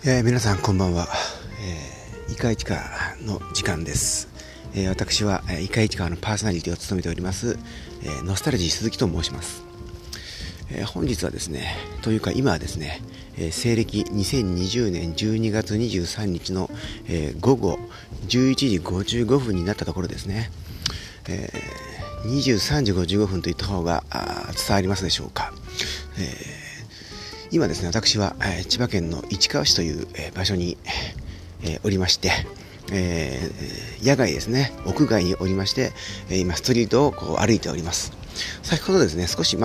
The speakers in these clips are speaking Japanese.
皆さんこんばんは。イカイチカの時間です。私はイカイチカのパーソナリティを務めております、ノスタルジー鈴木と申します。本日はですね、というか今はですね、西暦2020年12月23日の、午後11時55分になったところですね。23時55分といった方が伝わりますでしょうか。今ですね、私は、千葉県の市川市という、場所に、おりまして、野外ですね、屋外におりまして、今ストリートをこう歩いております。先ほどですね、少し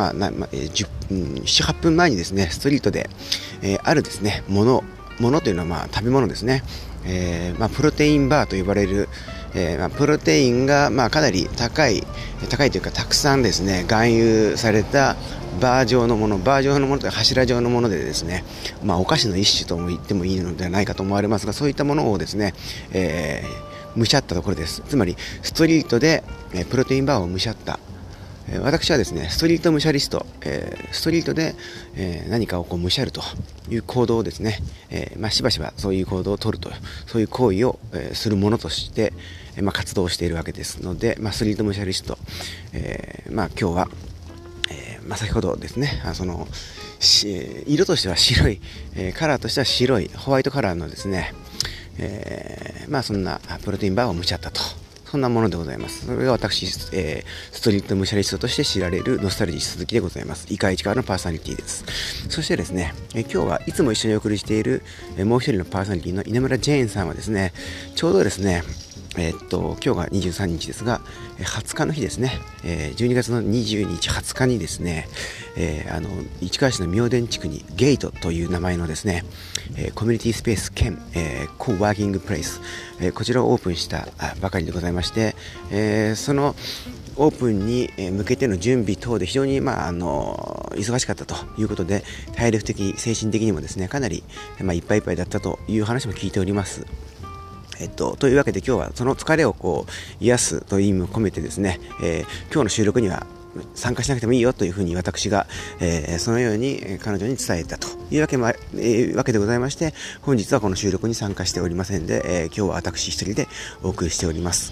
7、8分前にですね、ストリートで、あるですね、ものというのは食べ物ですね、プロテインバーと呼ばれる、プロテインがかなり高いというかたくさんですね含有されたバー状のものというか柱状のものでですね、お菓子の一種とも言ってもいいのではないかと思われますが、そういったものをですね、むしゃったところです。つまりストリートで、プロテインバーをむしゃった。私はですね、ストリートむしゃリスト、ストリートで、何かをこうむしゃるという行動をですね、しばしばそういう行動を取ると、そういう行為を、するものとして、活動しているわけですので、ストリートむしゃリスト、今日は、先ほどですね、色としては白い、カラーとしては白いホワイトカラーのですね、そんなプロテインバーをむしゃったと。そんなものでございます。それが私、ストリートむしゃリストとして知られるノスタルジー鈴木でございます。イカイチカのパーソナリティです。そしてですね、今日はいつも一緒にお送りしている、もう一人のパーソナリティの稲村ジェーンさんはですね、ちょうどですね、今日が23日ですが、20日の日ですね、12月の20日20日にですね、市川市の明田地区にゲートという名前のですね、コミュニティスペース兼、コーワーキングプレイス、こちらをオープンしたばかりでございまして、そのオープンに向けての準備等で非常に忙しかったということで、体力的精神的にもですねかなり、いっぱいいっぱいだったという話も聞いております。というわけで今日はその疲れをこう癒すという意味を込めてですね、今日の収録には参加しなくてもいいよというふうに私が、そのように彼女に伝えたというわけでございまして、本日はこの収録に参加しておりませんで、今日は私一人でお送りしております。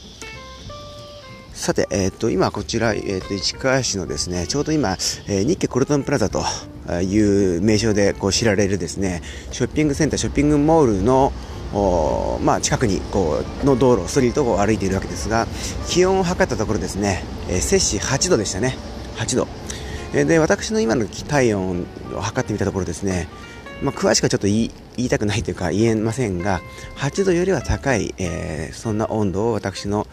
さて、今こちら、市川市のですね、ちょうど今、日系コルトンプラザという名称でこう知られるですね、ショッピングセンター、ショッピングモールの近くにの道路、ストリートを歩いているわけですが、気温を測ったところですね、摂氏8度でしたね。8度で、私の今の体温を測ってみたところですね、詳しくはちょっと言いたくないというか言えませんが、8度よりは高い、そんな温度を私の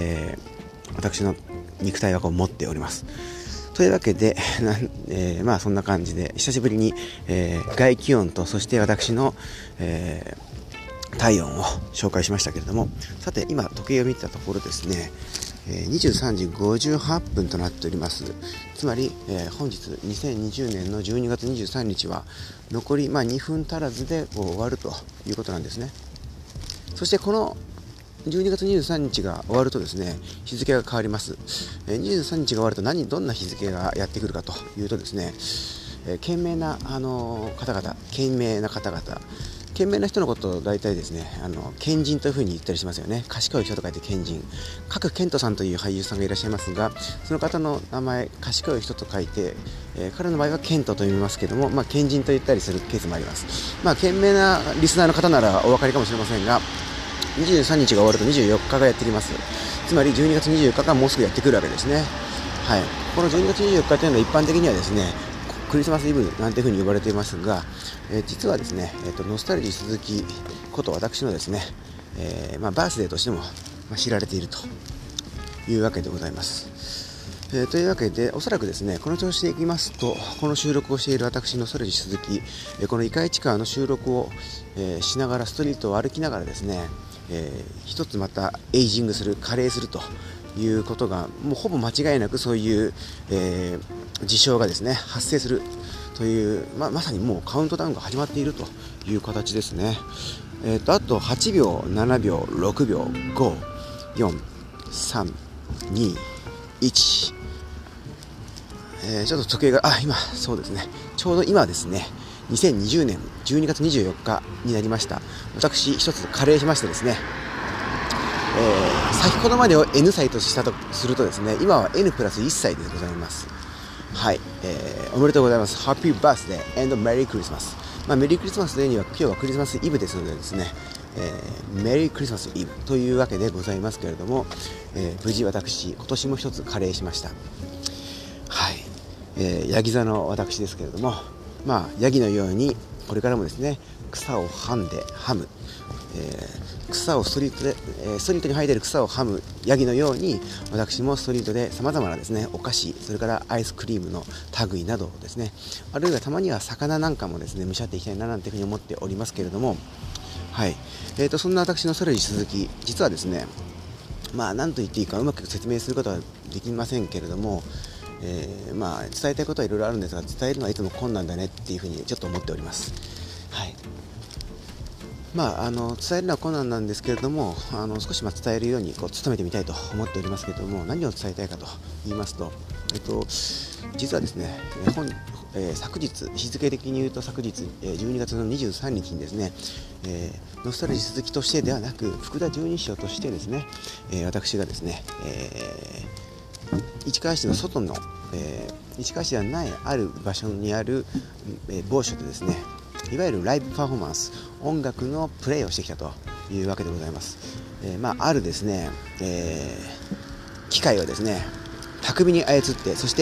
肉体は持っております。というわけでそんな感じで久しぶりに、外気温とそして私の、体温を紹介しましたけれども、さて今時計を見たところですね、23時58分となっております。つまり、本日2020年の12月23日は残り2分足らずで終わるということなんですね。そしてこの12月23日が終わるとですね、日付が変わります。23日が終わるとどんな日付がやってくるかというとですね、賢明な人のことを大体ですね、賢人というふうに言ったりしますよね。賢い人と書いて賢人。賀来賢人さんという俳優さんがいらっしゃいますが、その方の名前、賢い人と書いて、彼の場合は賢人と読みますけども、賢人と言ったりするケースもあります。賢明なリスナーの方ならお分かりかもしれませんが、23日が終わると24日がやってきます。つまり12月24日がもうすぐやってくるわけですね。はい。この12月24日というのは一般的にはですね、クリスマスイブなんていうふうに呼ばれていますが、実はですね、ノスタルジー鈴木こと私のですね、バースデーとしても知られているというわけでございます。というわけでおそらくですね、この調子でいきますと、この収録をしている私ノスタルジー鈴木、このイカイチカの収録を、しながらストリートを歩きながらですね、一つまたエイジングする、加齢するということがもうほぼ間違いなくそういう、事象がですね発生するという、まさにもうカウントダウンが始まっているという形ですね。あと8秒、7秒、6秒、5、4、3、2、1、ちょっと時計が今そうですね、ちょうど今ですね 2020年12月24日になりました。私一つ加齢しましてですね、先ほどまでを N 歳としたとするとですね、今は N プラス1歳でございます。はい、おめでとうございます。ハッピーバースデー and メリークリスマス。メリークリスマスデーには今日はクリスマスイブですのでですね、メリークリスマスイブというわけでございますけれども、無事私今年も一つ加齢しました。はい、ヤギ座の私ですけれども、ヤギのようにこれからもですね、草をはむ、草をストリートに生えている草をはむヤギのように、私もストリートでさまざまなですね、お菓子、それからアイスクリームの類などをですね、あるいはたまには魚なんかもですね、召し上っていきたいななんていうふうに思っておりますけれども、はい、そんな私のそれに続き、実はですね、何と言っていいかうまく説明することはできませんけれども、伝えたいことはいろいろあるんですが、伝えるのはいつも困難だねっていうふうにちょっと思っております。はい、伝えるのは困難なんですけれども、少し伝えるように努めてみたいと思っておりますけれども、何を伝えたいかと言いますと、実はですね、昨日、日付的に言うと昨日、12月の23日にですね、ノスタルジー鈴木としてではなく、福田十二支としてですね、私がですね、市川市の外の、市川市ではないある場所にある、某所でですね、いわゆるライブパフォーマンス、音楽のプレイをしてきたというわけでございます。あるですね、機械をですね、巧みに操って、そして、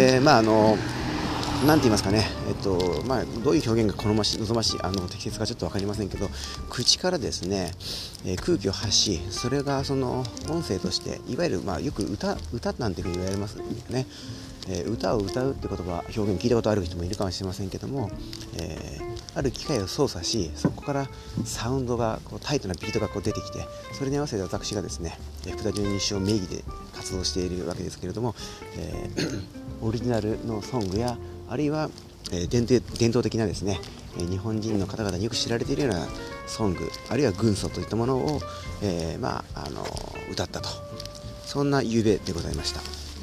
なんて言いますかね、どういう表現が望ましい、適切かちょっと分かりませんけど、口からですね、空気を発し、それがその音声として、いわゆる、よく歌なんていうふうに言われますね。歌を歌うって言葉、表現聞いたことある人もいるかもしれませんけども、ある機械を操作し、そこからサウンドがタイトなビートが出てきて、それに合わせて私がですね、福田十二支を名義で活動しているわけですけれども、オリジナルのソングや、あるいは、伝統的なですね、日本人の方々によく知られているようなソング、あるいは軍曹といったものを、歌ったと、そんな夕べでございました。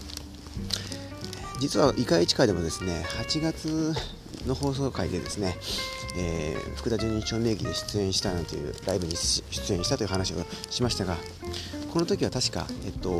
実は伊賀市川でもですね、8月の放送回でですね、福田十二支名義で出演したなんていうライブに出演したという話をしましたが、この時は確か、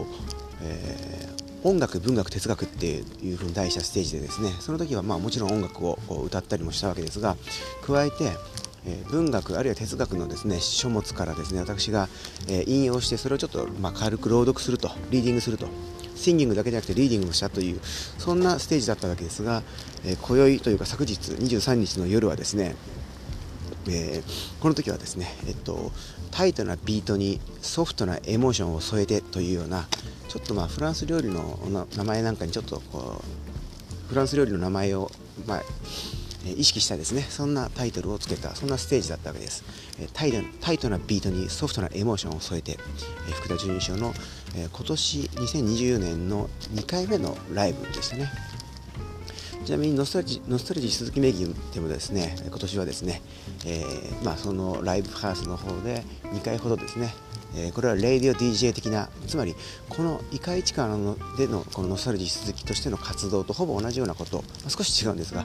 音楽、文学、哲学っていうふうに題したステージでですね、その時はもちろん音楽を歌ったりもしたわけですが、加えて、文学あるいは哲学のですね、書物からですね、私が、引用して、それをちょっと軽く朗読すると、リーディングすると、シンギングだけじゃなくてリーディングをしたという、そんなステージだったわけですが、今宵というか昨日23日の夜はですね、この時はですね、タイトなビートにソフトなエモーションを添えてというような、ちょっとフランス料理の名前なんかにちょっとフランス料理の名前を、意識したですね、そんなタイトルをつけた、そんなステージだったわけです。タイトなビートにソフトなエモーションを添えて、福田十二支の、今年2024年の2回目のライブでしたね。ちなみにノスタルジー鈴木名義でもですね、今年はですね、そのライブハウスの方で2回ほどですね、これはレイディオ DJ 的な、つまりこの伊賀市川でのこのノスタルジー鈴木としての活動とほぼ同じようなこと、少し違うんですが、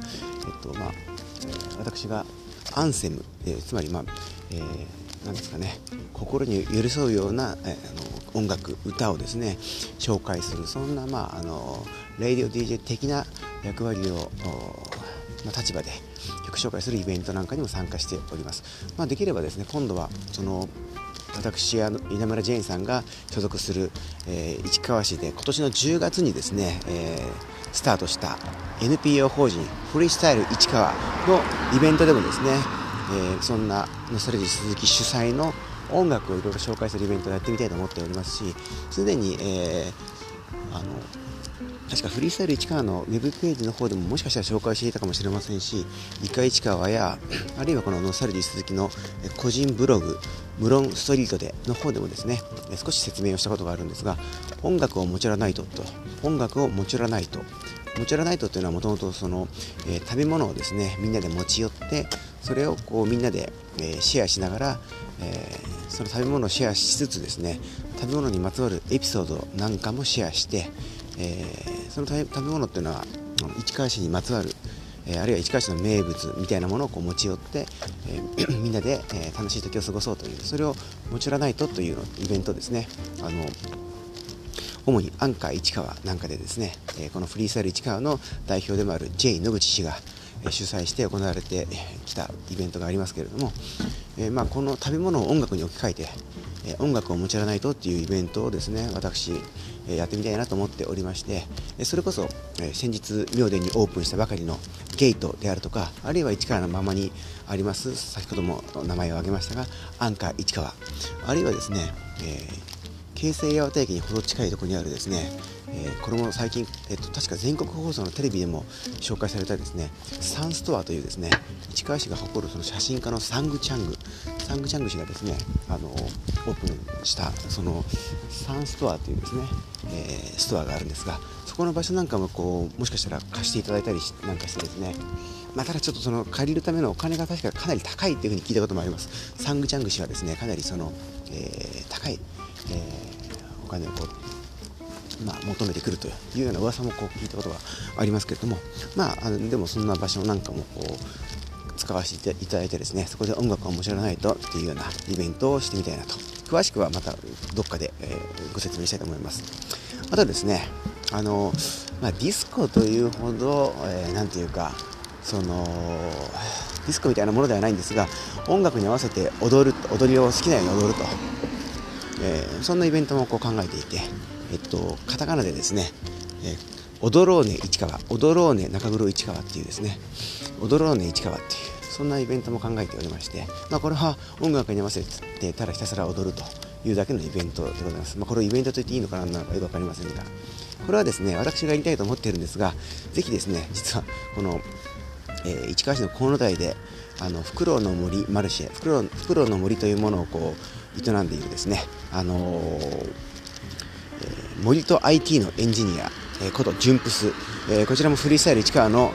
私がアンセム、つまりなんですかね、心に寄り添うような、音楽、歌をですね紹介する、そんなレイディオ DJ 的な役割を立場で曲紹介するイベントなんかにも参加しております。できればですね、今度はその私や稲村ジェーンさんが所属する、市川市で今年の10月にですね、スタートした NPO 法人フリースタイル市川のイベントでもですね、そんなノスタルジー鈴木主催の音楽をいろいろ紹介するイベントをやってみたいと思っておりますし、すでに、確かフリースタイル市川のウェブページの方でももしかしたら紹介していたかもしれませんし、伊賀市川やあるいはこのノスタルジー鈴木の個人ブログ無論ストリートでの方でもですね、少し説明をしたことがあるんですが、音楽を持ち寄らないととというのはもともとその、食べ物をですねみんなで持ち寄って、それをみんなで、シェアしながら、その食べ物をシェアしつつですね、食べ物にまつわるエピソードなんかもシェアして、その食べ物っていうのは市川市にまつわる、 あるいは市川市の名物みたいなものをこう持ち寄って、みんなで、楽しい時を過ごそうという、それをもちろないとというイベントですね。主にアンカー市川なんかでですね、このフリースタイル市川の代表でもある J 野口氏が主催して行われてきたイベントがありますけれども、この食べ物を音楽に置き換えて、音楽をもちらないとっていうイベントをですね、私、やってみたいなと思っておりまして、それこそ、先日妙典にオープンしたばかりのゲートであるとか、あるいは市川のままにあります先ほども名前を挙げましたがアンカー市川、あるいはですね、京成八幡駅にほど近いところにあるですね、これも最近、確か全国放送のテレビでも紹介されたですね、サンストアというですね、市川市が誇るその写真家のサングチャング氏がですね、オープンしたそのサンストアというですね、ストアがあるんですが、そこの場所なんかもこうもしかしたら貸していただいたりなんかしてですね、ただちょっとその借りるためのお金が確かかなり高いっていうふうに聞いたこともあります。サングチャング氏はですね、かなりその、高い、お金をこう求めてくるというような噂もこう聞いたことがありますけれども、でもそんな場所なんかもこう使わせていただいてですね、そこで音楽をもちろないとっていうようなイベントをしてみたいなと。詳しくはまたどっかで、ご説明したいと思います。あとですね、ディスコというほど、なんていうかそのディスコみたいなものではないんですが、音楽に合わせて踊りを好きなように踊ると、そんなイベントもこう考えていて、カタカナでですね、踊ろうね市川、踊ろうね中黒市川っていうですね、踊ろうね市川っていうそんなイベントも考えておりまして、これは音楽に合わせてただひたすら踊るというだけのイベントでございます。これをイベントと言っていいのかなのかよく分かりませんが、これはですね、私がやりたいと思っているんですが、ぜひですね、実はこの、市川市の河野台でフクロウの森マルシェ、フクロウの森というものをこう営んでいるですね、森と IT のエンジニア、ことジュンプス、こちらもフリースタイル市川の、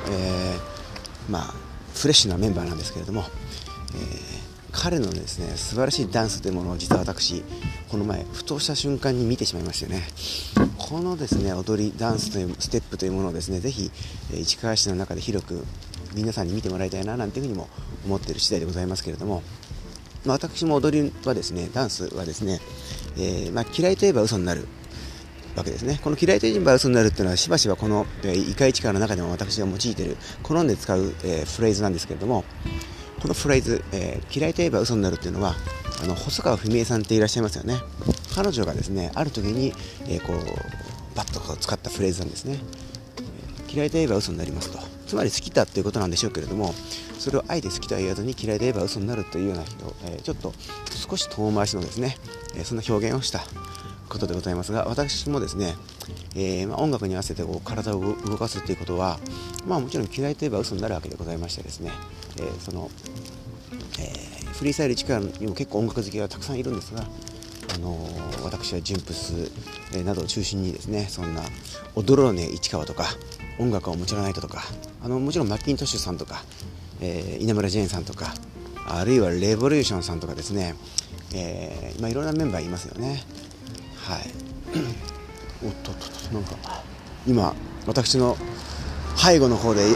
フレッシュなメンバーなんですけれども、彼のですね素晴らしいダンスというものを実は私この前ふとした瞬間に見てしまいましたよね。このですね踊りダンスというステップというものをですね、ぜひ市川市の中で広く皆さんに見てもらいたいななんていうふうにも思っている次第でございますけれども、私も踊りはですね、ダンスはですね、嫌いといえば嘘になるわけですね。この嫌いといえば嘘になるっていうのはしばしばこのイカ市川の中でも私が用いている好んで使う、フレーズなんですけれども、このフレーズ、嫌いといえば嘘になるっていうのは細川文江さんっていらっしゃいますよね。彼女がですねある時に、バッとこう使ったフレーズなんですね。嫌いといえば嘘になりますと、つまり好きだということなんでしょうけれども、それをあえて好きとは言わずに嫌いといえば嘘になるというような人、ちょっと少し遠回しのですね、そんな表現をしたことでございますが、私もですね、音楽に合わせてこう体を動かすということは、もちろん嫌いといえば嘘になるわけでございましてですね、フリースタイル市川にも結構音楽好きがたくさんいるんですが、私はジュンプス、などを中心にですね、そんな踊ろうね市川とか音楽をもちろんないとか、もちろんマッキントッシュさんとか、稲村ジェーンさんとか、あるいはレボリューションさんとかですね、いろんなメンバーいますよね。はい。おっとっと、なんか今私の背後の方で、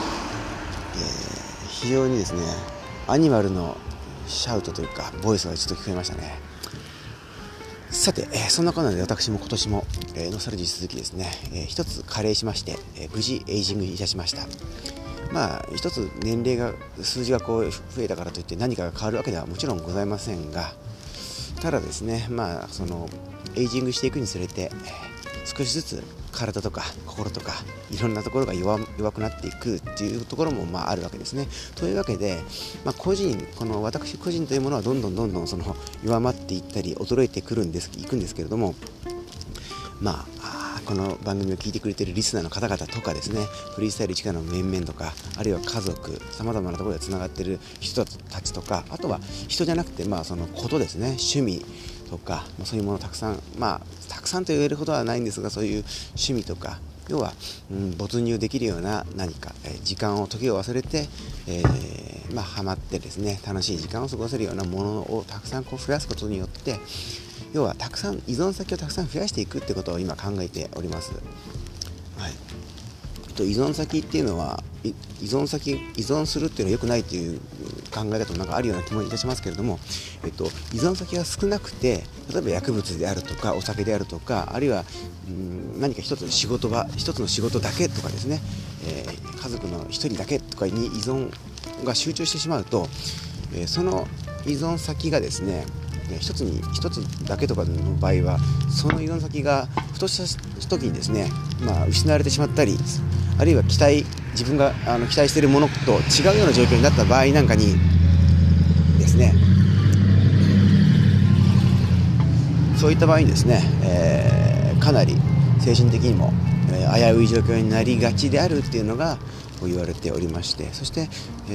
非常にですねアニマルのシャウトというかボイスがちょっと聞こえましたね。さて、そんなこんなで私も今年も、ノスタルジー続きですね、一つ加齢しまして、無事エイジングいたしました。一つ年齢が数字がこう増えたからといって何かが変わるわけではもちろんございませんが、ただですね、そのエイジングしていくにつれて、少しずつ体とか心とかいろんなところが弱くなっていくっていうところもあるわけですね。というわけで、この私個人というものはどんどんその弱まっていったり衰えていくんですけれども、この番組を聞いてくれているリスナーの方々とかですね、フリースタイル市川の面々とか、あるいは家族、さまざまなところでつながっている人たちとか、あとは人じゃなくてそのことですね、趣味とか、そういうものたくさん、たくさんと言えるほどはないんですが、そういう趣味とか、要は、没入できるような何か、時間を時を忘れて、ハマってですね楽しい時間を過ごせるようなものをたくさんこう増やすことによって、要はたくさん依存先をたくさん増やしていくってことを今考えております。はい。依存先っていうのは依存するっていうのは良くないという考え方もなんかあるような気もいたしますけれども、依存先が少なくて、例えば薬物であるとかお酒であるとか、あるいは何か一つの仕事だけとかですね、家族の一人だけとかに依存が集中してしまうと、その依存先がですね、一つだけとかの場合は、その依存先がふとした時にですね、失われてしまったり、あるいは自分が期待しているものと違うような状況になった場合なんかにですね、そういった場合にですね、かなり精神的にも、危うい状況になりがちであるっていうのが言われておりまして、そして、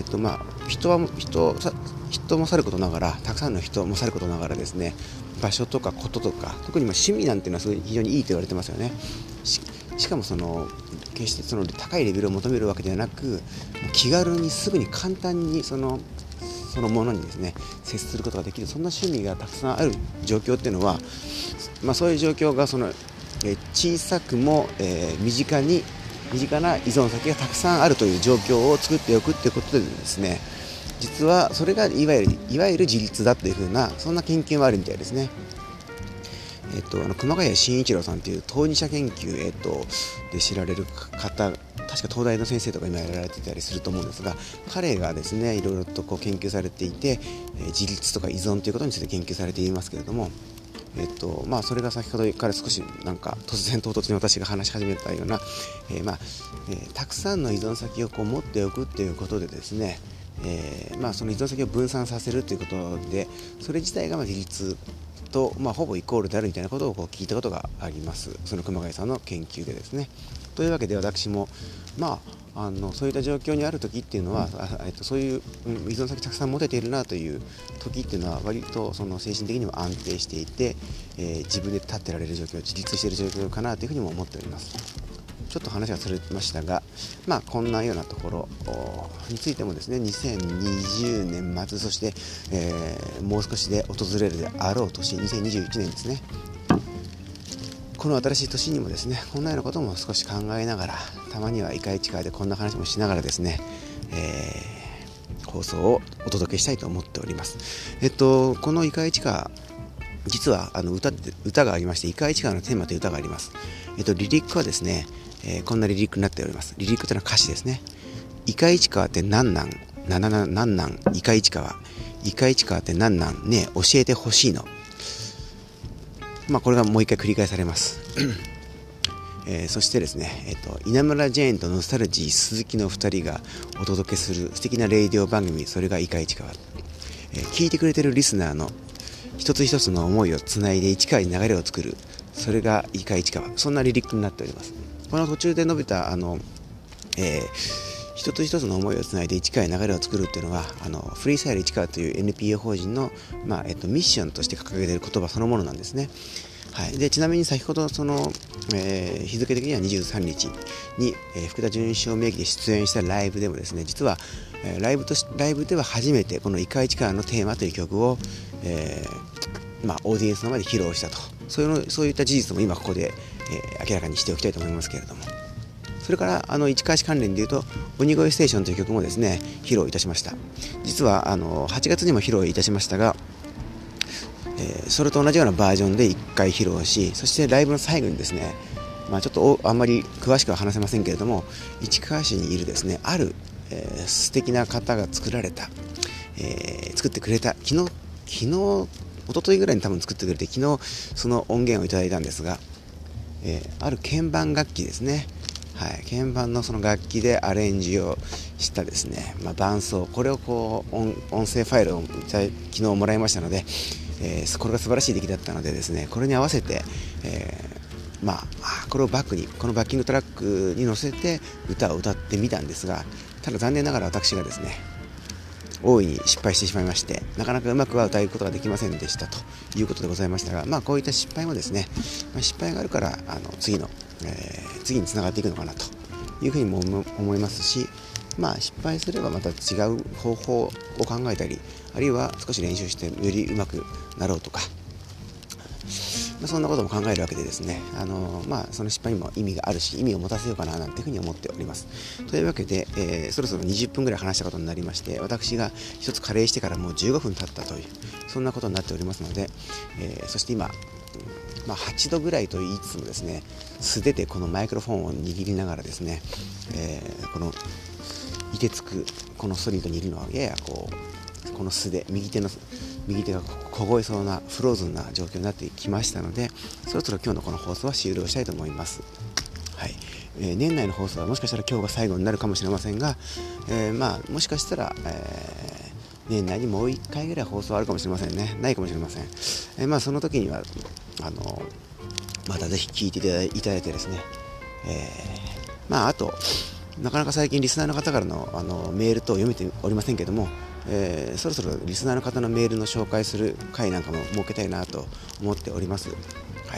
人もさることながら、たくさんの人もさることながらですね、場所とかこととか、特に趣味なんていうのは非常にいいと言われてますよね。しかも決して高いレベルを求めるわけではなく、気軽にすぐに簡単にそのものにですね接することができる、そんな趣味がたくさんある状況っていうのは、そういう状況が小さくも、身近な依存先がたくさんあるという状況を作っておくということでですね、実はそれがいわゆる自立だというふうな、そんな研究もあるみたいですね。熊谷慎一郎さんという当事者研究、で知られる方、確か東大の先生とか今やられてたりすると思うんですが、彼がですねいろいろと研究されていて、自立とか依存ということについて研究されていますけれども、それが先ほどから少し突然唐突に私が話し始めたような、たくさんの依存先を持っておくということでですね、その依存先を分散させるということで、それ自体が自立と、ほぼイコールであるみたいなことを聞いたことがあります。その熊谷さんの研究でですね。というわけで私も、そういった状況にある時っていうのは、そういう依存先たくさん持てているなという時っていうのは、割と精神的にも安定していて、自分で立ってられる状況、自立している状況かなというふうにも思っております。ちょっと話がそれましたが、こんなようなところについてもですね、2020年末、そして、もう少しで訪れるであろう年、2021年ですね。この新しい年にもですね、こんなようなことも少し考えながら、たまにはイカイチカでこんな話もしながらですね、放送をお届けしたいと思っております。このイカイチカ、実は歌がありまして、イカイチカのテーマという歌があります。リリックはですね、こんなリリックになっております。リリックというのは歌詞ですね。イカイチカってなんなんイカイチカは、イカイチカってなんなんねえ教えてほしいの。これがもう一回繰り返されます。そしてですね、稲村ジェーンとノスタルジー鈴木の2人がお届けする素敵なレイディオ番組、それがイカイチカは、聞いてくれてるリスナーの一つ一つの思いをつないで市川に流れを作る、それがイカイチカは、そんなリリックになっております。この途中で述べた一つ一つの思いをつないで市川に流れを作るっていうのは、フリースタイル市川という NPO 法人の、ミッションとして掲げている言葉そのものなんですね。はい、でちなみに先ほど日付的には23日に、福田純正名義で出演したライブでもですね、実は、ライブでは初めてこのイカイチカのテーマという曲を、オーディエンスの前で披露したと、そういった事実も今ここで、明らかにしておきたいと思いますけれども、それから市川市関連でいうと鬼越ステーションという曲もですね披露いたしました。実は8月にも披露いたしましたが、それと同じようなバージョンで1回披露し、そしてライブの最後にですね、ちょっとあんまり詳しくは話せませんけれども、市川市にいるですねある、素敵な方が作ってくれた、昨日一昨日ぐらいに多分作ってくれて、昨日その音源をいただいたんですが、ある鍵盤楽器ですね、はい、鍵盤のその楽器でアレンジをしたですね、伴奏、これを音声ファイルを昨日もらいましたので、これが素晴らしい出来だったのでですね、これに合わせて、これをバックに、このバッキングトラックに乗せて歌を歌ってみたんですが、ただ残念ながら私がですね大いに失敗してしまいまして、なかなかうまくは歌うことができませんでしたということでございましたが、こういった失敗もですね、失敗があるから次につながっていくのかなというふうにも思いますし、失敗すればまた違う方法を考えたり、あるいは少し練習してよりうまくなろうとか、 そんなことも考えるわけでですね、その失敗にも意味があるし、意味を持たせようかななんていうふうに思っております。というわけで、そろそろ20分ぐらい話したことになりまして、私が一つ加齢してからもう15分経ったという、そんなことになっておりますので、そして今、8度ぐらいと言いつつもですね、素手でこのマイクロフォンを握りながらですね、この凍てつくこのストリートにいるのはややこの素手、右手が凍えそうなフローズンな状況になってきましたので、そろそろ今日のこの放送は終了したいと思います。はい。年内の放送はもしかしたら今日が最後になるかもしれませんが、もしかしたら、年内にもう1回ぐらい放送あるかもしれませんね。ないかもしれません。その時にはまたぜひ聞いていただいてですね、あとなかなか最近リスナーの方からのメール等を読めておりませんけども、そろそろリスナーの方のメールの紹介する回なんかも設けたいなと思っております。はい。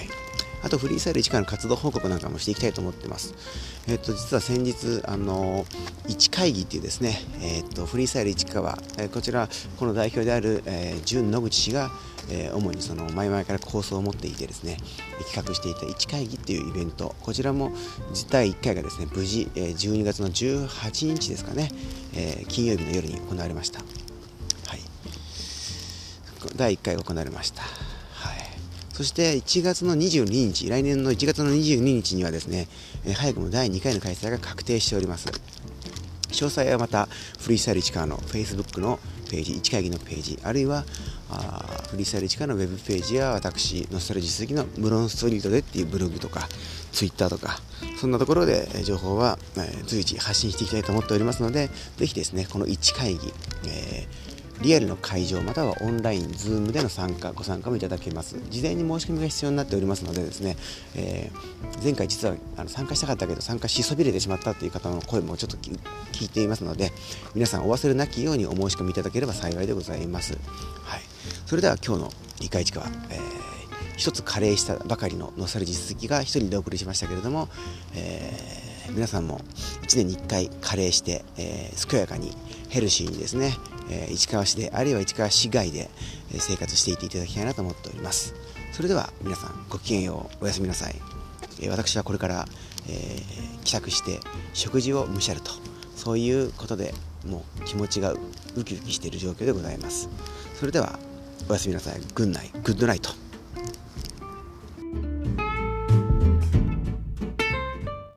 あとフリースタイル1からの活動報告なんかもしていきたいと思ってます。実は先日1会議っていうですね、フリースタイル1からこちらこの代表である、純野口氏が、主にその前々から構想を持っていてですね、企画していた1会議っていうイベント、こちらも第1回がですね無事、12月の18日ですかね、金曜日の夜に行われました。はい、第1回が行われました。そして1月の22日、来年の1月の22日にはですね、早くも第2回の開催が確定しております。詳細はまたフリースタイル市川の Facebook のページ、1会議のページ、あるいはフリースタイル市川のウェブページや私ノスタルジー鈴木のムロンストリートでっていうブログとか Twitter とかそんなところで情報は随時発信していきたいと思っておりますので、ぜひですねこの1会議、リアルの会場またはオンライン、ズームでのご参加もいただけます。事前に申し込みが必要になっておりますのでですね、前回実は参加したかったけど参加しそびれてしまったという方の声もちょっと聞いていますので、皆さんお忘れなきようにお申し込みいただければ幸いでございます。はい、それでは今日の理解市川、一つ加齢したばかりのノスタルジー鈴木が一人でお送りしましたけれども、皆さんも1年に1回加齢して、健やかにヘルシーにですね、市川市であるいは市川市外で生活していっていただきたいなと思っております。それでは皆さんごきげんよう、おやすみなさい。私はこれから、帰宅して食事をむしゃると、そういうことでもう気持ちがウキウキしている状況でございます。それではおやすみなさい。グッドナイト。